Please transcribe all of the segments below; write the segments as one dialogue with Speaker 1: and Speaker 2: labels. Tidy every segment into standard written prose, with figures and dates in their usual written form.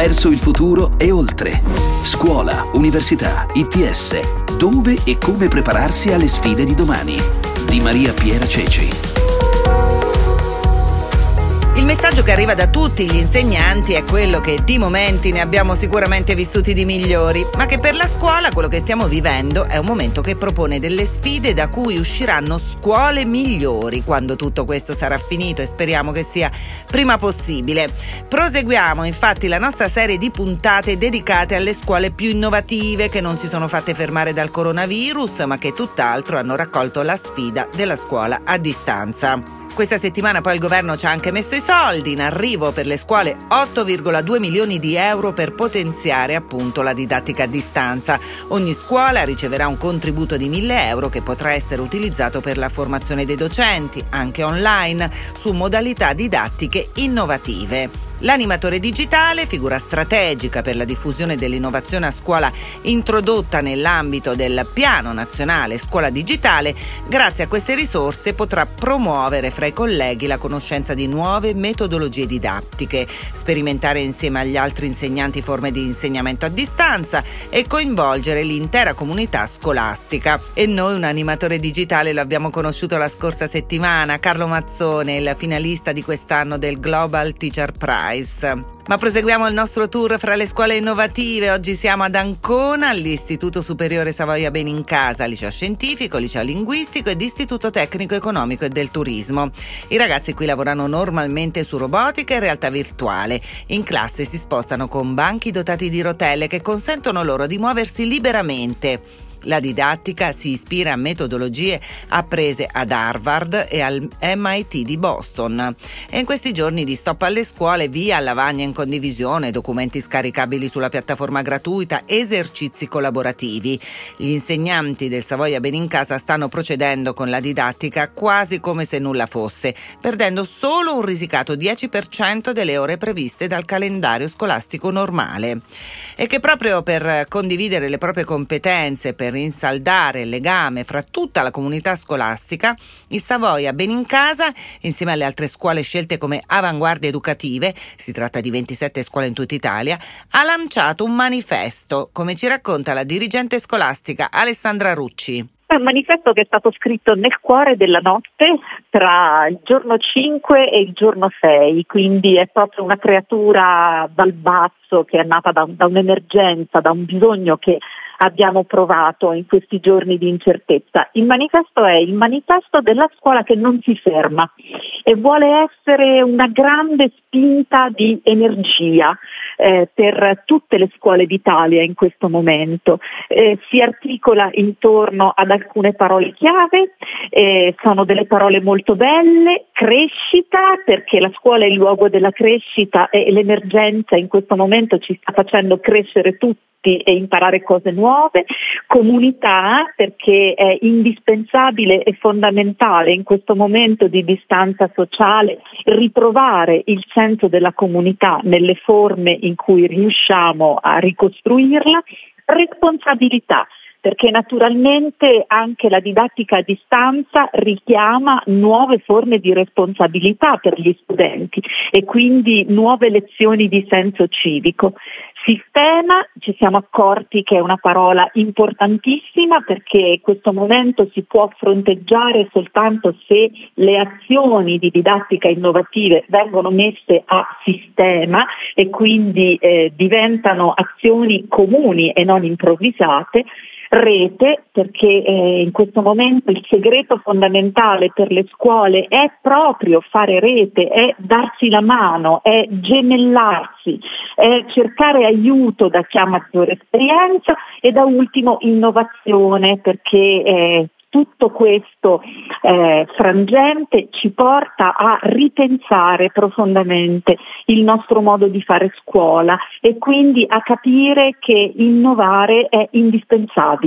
Speaker 1: verso il futuro e oltre. Scuola, università, ITS. Dove e come prepararsi alle sfide di domani. Di Maria Piera Ceci.
Speaker 2: Il messaggio che arriva da tutti gli insegnanti è quello che di momenti ne abbiamo sicuramente vissuti di migliori, ma che per la scuola quello che stiamo vivendo è un momento che propone delle sfide da cui usciranno scuole migliori quando tutto questo sarà finito, e speriamo che sia prima possibile. Proseguiamo infatti la nostra serie di puntate dedicate alle scuole più innovative, che non si sono fatte fermare dal coronavirus, ma che tutt'altro hanno raccolto la sfida della scuola a distanza. Questa settimana poi il governo ci ha anche messo i soldi. In arrivo per le scuole 8,2 milioni di euro per potenziare appunto la didattica a distanza. Ogni scuola riceverà un contributo di 1.000 euro che potrà essere utilizzato per la formazione dei docenti, anche online, su modalità didattiche innovative. L'animatore digitale, figura strategica per la diffusione dell'innovazione a scuola introdotta nell'ambito del Piano Nazionale Scuola Digitale, grazie a queste risorse potrà promuovere fra i colleghi la conoscenza di nuove metodologie didattiche, sperimentare insieme agli altri insegnanti forme di insegnamento a distanza e coinvolgere l'intera comunità scolastica. E noi un animatore digitale lo abbiamo conosciuto la scorsa settimana, Carlo Mazzone, il finalista di quest'anno del Global Teacher Prize. Ma proseguiamo il nostro tour fra le scuole innovative. Oggi siamo ad Ancona, all'Istituto Superiore Savoia Benincasa, liceo scientifico, liceo linguistico ed istituto tecnico economico e del turismo. I ragazzi qui lavorano normalmente su robotica e realtà virtuale. In classe si spostano con banchi dotati di rotelle che consentono loro di muoversi liberamente. La didattica si ispira a metodologie apprese ad Harvard e al MIT di Boston. E in questi giorni di stop alle scuole, via lavagna in condivisione, documenti scaricabili sulla piattaforma gratuita, esercizi collaborativi. Gli insegnanti del Savoia Benincasa stanno procedendo con la didattica quasi come se nulla fosse, perdendo solo un risicato 10% delle ore previste dal calendario scolastico normale. E che proprio per condividere le proprie competenze, per rinsaldare il legame fra tutta la comunità scolastica, il Savoia Benincasa, insieme alle altre scuole scelte come avanguardie educative, si tratta di 27 scuole in tutta Italia, ha lanciato un manifesto, come ci racconta la dirigente scolastica Alessandra Rucci.
Speaker 3: È un manifesto che è stato scritto nel cuore della notte tra il giorno 5 e il giorno 6, quindi è proprio una creatura dal basso che è nata da un'emergenza, da un bisogno che abbiamo provato in questi giorni di incertezza. Il manifesto è il manifesto della scuola che non si ferma e vuole essere una grande spinta di energia per tutte le scuole d'Italia in questo momento. Si articola intorno ad alcune parole chiave, sono delle parole molto belle: crescita, perché la scuola è il luogo della crescita e l'emergenza in questo momento ci sta facendo crescere tutti e imparare cose nuove; comunità, perché è indispensabile e fondamentale in questo momento di distanza sociale ritrovare il senso della comunità nelle forme in cui riusciamo a ricostruirla; responsabilità, perché naturalmente anche la didattica a distanza richiama nuove forme di responsabilità per gli studenti e quindi nuove lezioni di senso civico. Sistema, ci siamo accorti che è una parola importantissima, perché questo momento si può fronteggiare soltanto se le azioni di didattica innovative vengono messe a sistema e quindi diventano azioni comuni e non improvvisate. Rete, perché in questo momento il segreto fondamentale per le scuole è proprio fare rete, è darsi la mano, è gemellarsi, è cercare aiuto da chi ha maggiore esperienza, e da ultimo innovazione, perché tutto questo frangente ci porta a ripensare profondamente il nostro modo di fare scuola e quindi a capire che innovare è indispensabile.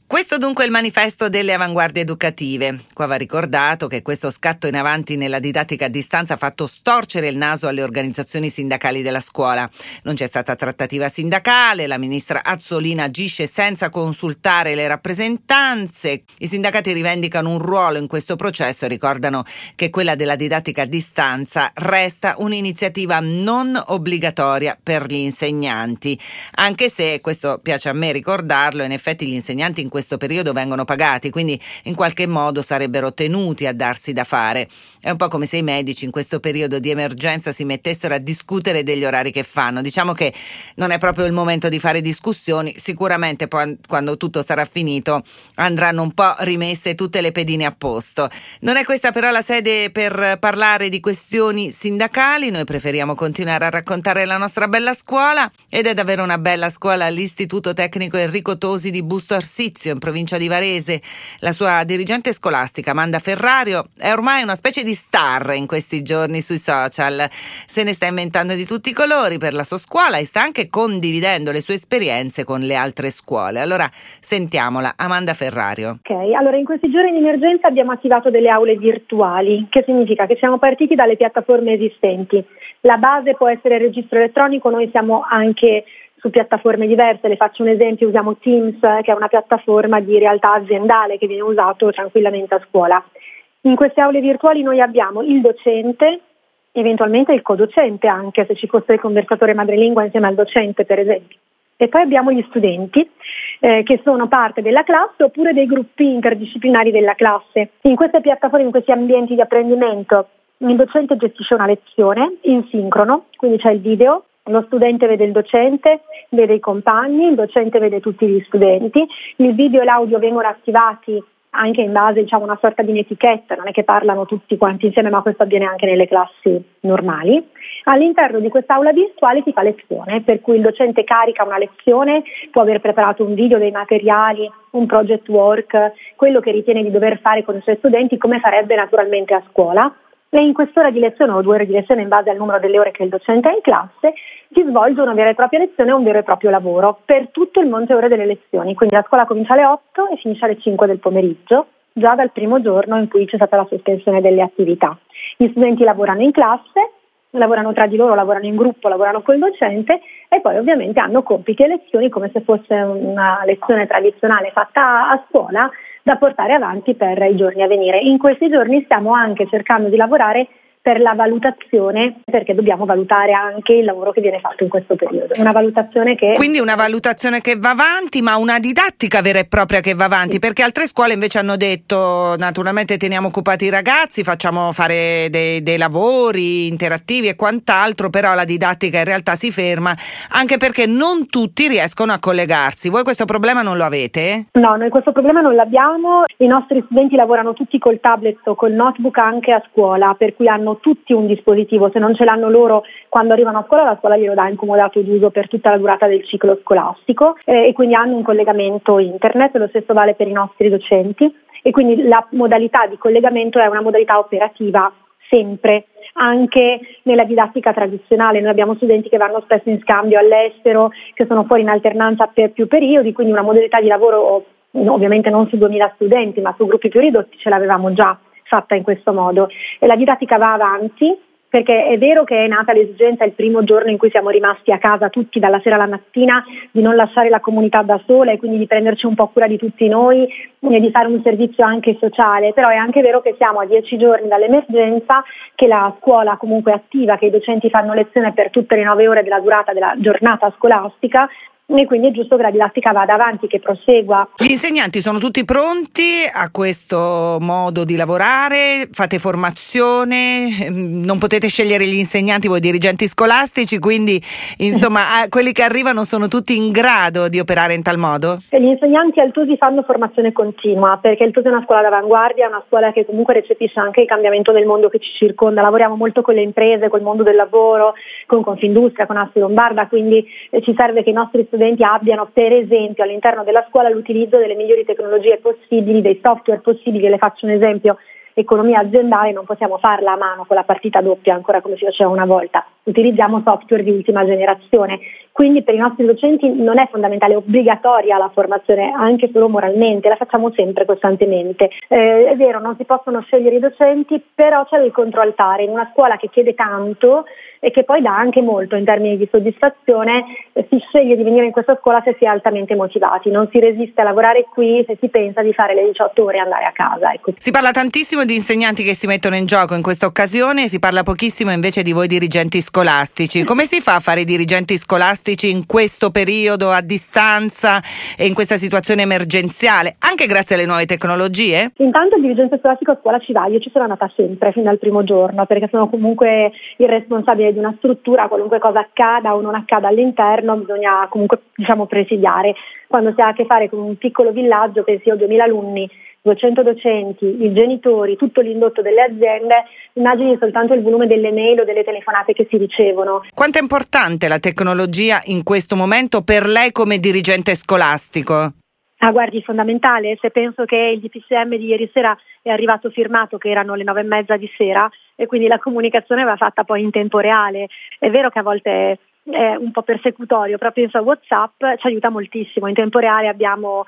Speaker 2: Questo dunque è il manifesto delle avanguardie educative. Qua va ricordato che questo scatto in avanti nella didattica a distanza ha fatto storcere il naso alle organizzazioni sindacali della scuola. Non c'è stata trattativa sindacale, la ministra Azzolina agisce senza consultare le rappresentanze. I sindacati rivendicano un ruolo in questo processo e ricordano che quella della didattica a distanza resta un'iniziativa non obbligatoria per gli insegnanti, anche se, questo piace a me ricordarlo, in effetti gli insegnanti in questo periodo vengono pagati, quindi in qualche modo sarebbero tenuti a darsi da fare. È un po' come se i medici in questo periodo di emergenza si mettessero a discutere degli orari che fanno. Diciamo che non è proprio il momento di fare discussioni, sicuramente poi quando tutto sarà finito andranno un po' rimesse tutte le pedine a posto. Non è questa però la sede per parlare di questioni sindacali, noi preferiamo continuare a raccontare la nostra bella scuola, ed è davvero una bella scuola l'Istituto Tecnico Enrico Tosi di Busto Arsizio in provincia di Varese. La sua dirigente scolastica Amanda Ferrario è ormai una specie di star in questi giorni sui social, se ne sta inventando di tutti i colori per la sua scuola e sta anche condividendo le sue esperienze con le altre scuole. Allora sentiamola, Amanda Ferrario.
Speaker 4: Ok, allora in questi giorni di emergenza abbiamo attivato delle aule virtuali, che significa che siamo partiti dalle piattaforme esistenti. La base può essere il registro elettronico, noi siamo anche su piattaforme diverse. Le faccio un esempio: usiamo Teams, che è una piattaforma di realtà aziendale che viene usato tranquillamente a scuola. In queste aule virtuali noi abbiamo il docente, eventualmente il codocente anche, se ci fosse il conversatore madrelingua insieme al docente per esempio, e poi abbiamo gli studenti che sono parte della classe oppure dei gruppi interdisciplinari della classe. In queste piattaforme, in questi ambienti di apprendimento, il docente gestisce una lezione in sincrono, quindi c'è il video, lo studente vede il docente, vede i compagni, il docente vede tutti gli studenti, il video e l'audio vengono attivati anche in base, diciamo, a una sorta di un'etichetta, non è che parlano tutti quanti insieme, ma questo avviene anche nelle classi normali. All'interno di quest'aula virtuale si fa lezione, per cui il docente carica una lezione, può aver preparato un video, dei materiali, un project work, quello che ritiene di dover fare con i suoi studenti, come farebbe naturalmente a scuola. E in quest'ora di lezione o 2 ore di lezione, in base al numero delle ore che il docente ha in classe, si svolge una vera e propria lezione o un vero e proprio lavoro per tutto il monte ore delle lezioni. Quindi la scuola comincia alle 8 e finisce alle 5 del pomeriggio, già dal primo giorno in cui c'è stata la sospensione delle attività. Gli studenti lavorano in classe, lavorano tra di loro, lavorano in gruppo, lavorano col docente e poi ovviamente hanno compiti e lezioni come se fosse una lezione tradizionale fatta a scuola, da portare avanti per i giorni a venire. In questi giorni stiamo anche cercando di lavorare per la valutazione, perché dobbiamo valutare anche il lavoro che viene fatto in questo periodo. Una valutazione che...
Speaker 2: Quindi una valutazione che va avanti, ma una didattica vera e propria che va avanti, sì. Perché altre scuole invece hanno detto naturalmente teniamo occupati i ragazzi, facciamo fare dei lavori interattivi e quant'altro, però la didattica in realtà si ferma, anche perché non tutti riescono a collegarsi. Voi questo problema non lo avete?
Speaker 4: No, noi questo problema non l'abbiamo. I nostri studenti lavorano tutti col tablet o col notebook anche a scuola, per cui hanno tutti un dispositivo. Se non ce l'hanno loro quando arrivano a scuola, la scuola glielo dà in comodato d'uso per tutta la durata del ciclo scolastico e quindi hanno un collegamento internet. Lo stesso vale per i nostri docenti e quindi la modalità di collegamento è una modalità operativa sempre, anche nella didattica tradizionale. Noi abbiamo studenti che vanno spesso in scambio all'estero, che sono fuori in alternanza per più periodi, quindi una modalità di lavoro ovviamente non su 2000 studenti ma su gruppi più ridotti ce l'avevamo già fatta in questo modo. E la didattica va avanti, perché è vero che è nata l'esigenza il primo giorno in cui siamo rimasti a casa tutti dalla sera alla mattina di non lasciare la comunità da sola e quindi di prenderci un po' cura di tutti noi e di fare un servizio anche sociale, però è anche vero che siamo a 10 giorni dall'emergenza, che la scuola comunque è attiva, che i docenti fanno lezione per tutte le 9 ore della durata della giornata scolastica, e quindi è giusto che la didattica vada avanti, che prosegua.
Speaker 2: Gli insegnanti sono tutti pronti a questo modo di lavorare? Fate formazione? Non potete scegliere gli insegnanti voi dirigenti scolastici, quindi insomma quelli che arrivano sono tutti in grado di operare in tal modo?
Speaker 4: Gli insegnanti al TUSI fanno formazione continua, perché il TUSI è una scuola d'avanguardia, è una scuola che comunque recepisce anche il cambiamento del mondo che ci circonda. Lavoriamo molto con le imprese, col mondo del lavoro, con Confindustria, con Assi Lombarda, quindi ci serve che i nostri studenti abbiano per esempio all'interno della scuola l'utilizzo delle migliori tecnologie possibili, dei software possibili. Le faccio un esempio: economia aziendale non possiamo farla a mano con la partita doppia ancora come si faceva una volta, utilizziamo software di ultima generazione, Quindi per i nostri docenti non è fondamentale, è obbligatoria la formazione, anche solo moralmente, la facciamo sempre costantemente. È vero, non si possono scegliere i docenti, però c'è il controaltare. In una scuola che chiede tanto e che poi dà anche molto in termini di soddisfazione, si sceglie di venire in questa scuola se si è altamente motivati, non si resiste a lavorare qui se si pensa di fare le 18 ore e andare a casa. Ecco.
Speaker 2: Si parla tantissimo di insegnanti che si mettono in gioco in questa occasione, si parla pochissimo invece di voi dirigenti scolastici. Come si fa a fare i dirigenti scolastici in questo periodo a distanza e in questa situazione emergenziale, anche grazie alle nuove tecnologie?
Speaker 4: Intanto il dirigente scolastico a scuola ci va, io ci sono andata sempre fin dal primo giorno, perché sono comunque il responsabile di una struttura, qualunque cosa accada o non accada all'interno bisogna comunque presidiare. Quando si ha a che fare con un piccolo villaggio, pensi io 2000 alunni, 200 docenti, i genitori, tutto l'indotto delle aziende, immagini soltanto il volume delle mail o delle telefonate che si ricevono.
Speaker 2: Quanto è importante la tecnologia in questo momento per lei come dirigente scolastico?
Speaker 4: Guardi, fondamentale. Se penso che il DPCM di ieri sera è arrivato firmato che erano le 9:30 di sera e quindi la comunicazione va fatta poi in tempo reale. È vero che a volte è un po' persecutorio, però penso a WhatsApp ci aiuta moltissimo. In tempo reale abbiamo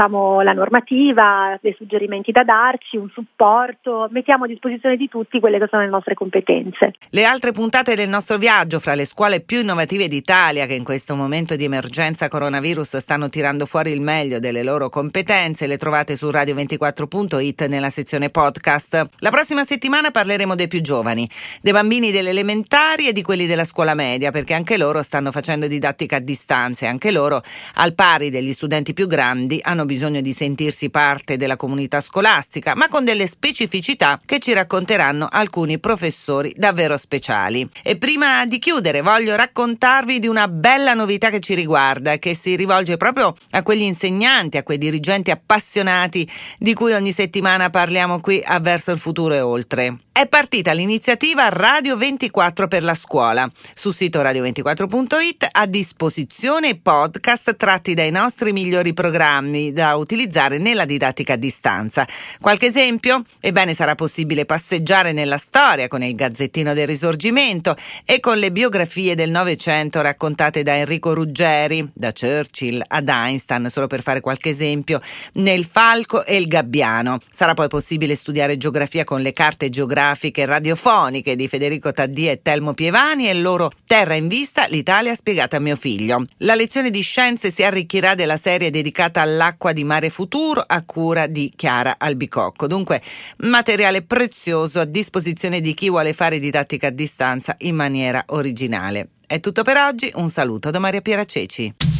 Speaker 4: la normativa, dei suggerimenti da darci, un supporto, mettiamo a disposizione di tutti quelle che sono le nostre competenze.
Speaker 2: Le altre puntate del nostro viaggio fra le scuole più innovative d'Italia, che in questo momento di emergenza coronavirus stanno tirando fuori il meglio delle loro competenze, le trovate su radio24.it nella sezione podcast. La prossima settimana parleremo dei più giovani, dei bambini delle elementari e di quelli della scuola media, perché anche loro stanno facendo didattica a distanza e anche loro, al pari degli studenti più grandi, hanno bisogno di sentirsi parte della comunità scolastica, ma con delle specificità che ci racconteranno alcuni professori davvero speciali. E prima di chiudere voglio raccontarvi di una bella novità che ci riguarda e che si rivolge proprio a quegli insegnanti, a quei dirigenti appassionati di cui ogni settimana parliamo qui a Verso il Futuro e Oltre. È partita l'iniziativa Radio 24 per la scuola. Sul sito radio24.it a disposizione podcast tratti dai nostri migliori programmi da utilizzare nella didattica a distanza. Qualche esempio? Ebbene, sarà possibile passeggiare nella storia con il Gazzettino del Risorgimento e con le biografie del Novecento raccontate da Enrico Ruggeri, da Churchill ad Einstein, solo per fare qualche esempio, nel Falco e il Gabbiano. Sarà poi possibile studiare geografia con le carte geografiche radiofoniche di Federico Taddia e Telmo Pievani e il loro Terra in vista, l'Italia spiegata a mio figlio. La lezione di scienze si arricchirà della serie dedicata all'acqua di Mare Futuro a cura di Chiara Albicocco. Dunque, materiale prezioso a disposizione di chi vuole fare didattica a distanza in maniera originale. È tutto per oggi, un saluto da Maria Piera Ceci.